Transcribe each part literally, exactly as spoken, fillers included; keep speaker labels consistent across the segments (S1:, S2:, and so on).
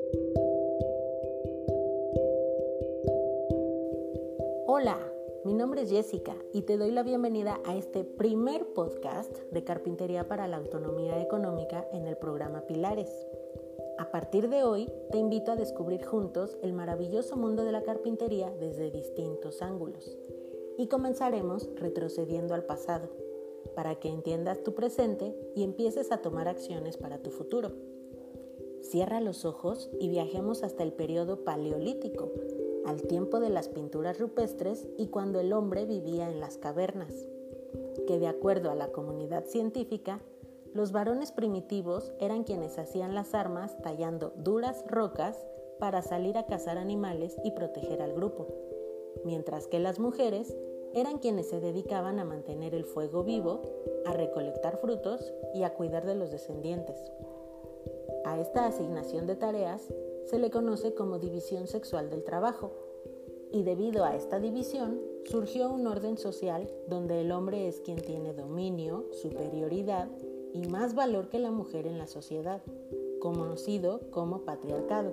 S1: Hola, mi nombre es Jessica y te doy la bienvenida a este primer podcast de Carpintería para la Autonomía Económica en el programa Pilares. A partir de hoy, te invito a descubrir juntos el maravilloso mundo de la carpintería desde distintos ángulos. Y comenzaremos retrocediendo al pasado, para que entiendas tu presente y empieces a tomar acciones para tu futuro. Cierra los ojos y viajemos hasta el periodo paleolítico, al tiempo de las pinturas rupestres y cuando el hombre vivía en las cavernas, que de acuerdo a la comunidad científica, los varones primitivos eran quienes hacían las armas tallando duras rocas para salir a cazar animales y proteger al grupo, mientras que las mujeres eran quienes se dedicaban a mantener el fuego vivo, a recolectar frutos y a cuidar de los descendientes. A esta asignación de tareas se le conoce como división sexual del trabajo, y debido a esta división surgió un orden social donde el hombre es quien tiene dominio, superioridad y más valor que la mujer en la sociedad, conocido como patriarcado.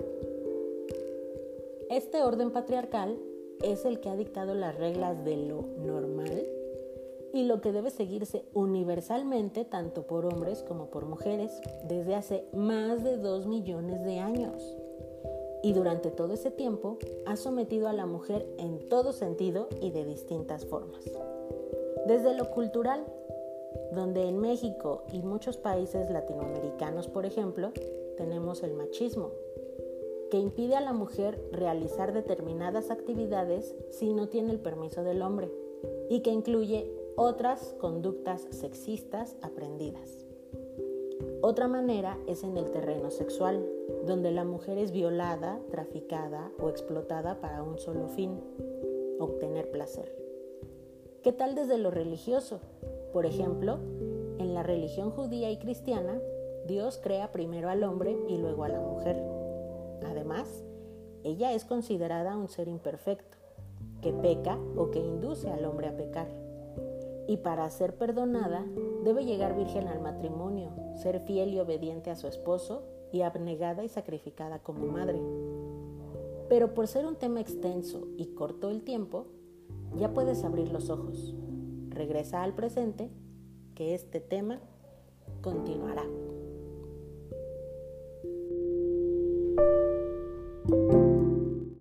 S1: Este orden patriarcal es el que ha dictado las reglas de lo normal y lo que debe seguirse universalmente tanto por hombres como por mujeres desde hace más de dos millones de años. Y durante todo ese tiempo ha sometido a la mujer en todo sentido y de distintas formas. Desde lo cultural, donde en México y muchos países latinoamericanos, por ejemplo, tenemos el machismo, que impide a la mujer realizar determinadas actividades si no tiene el permiso del hombre y que incluye otras conductas sexistas aprendidas. Otra manera es en el terreno sexual, donde la mujer es violada, traficada o explotada para un solo fin, obtener placer. ¿Qué tal desde lo religioso? Por ejemplo, en la religión judía y cristiana, Dios crea primero al hombre y luego a la mujer. Además, ella es considerada un ser imperfecto, que peca o que induce al hombre a pecar. Y para ser perdonada, debe llegar virgen al matrimonio, ser fiel y obediente a su esposo y abnegada y sacrificada como madre. Pero por ser un tema extenso y corto el tiempo, ya puedes abrir los ojos. Regresa al presente, que este tema continuará.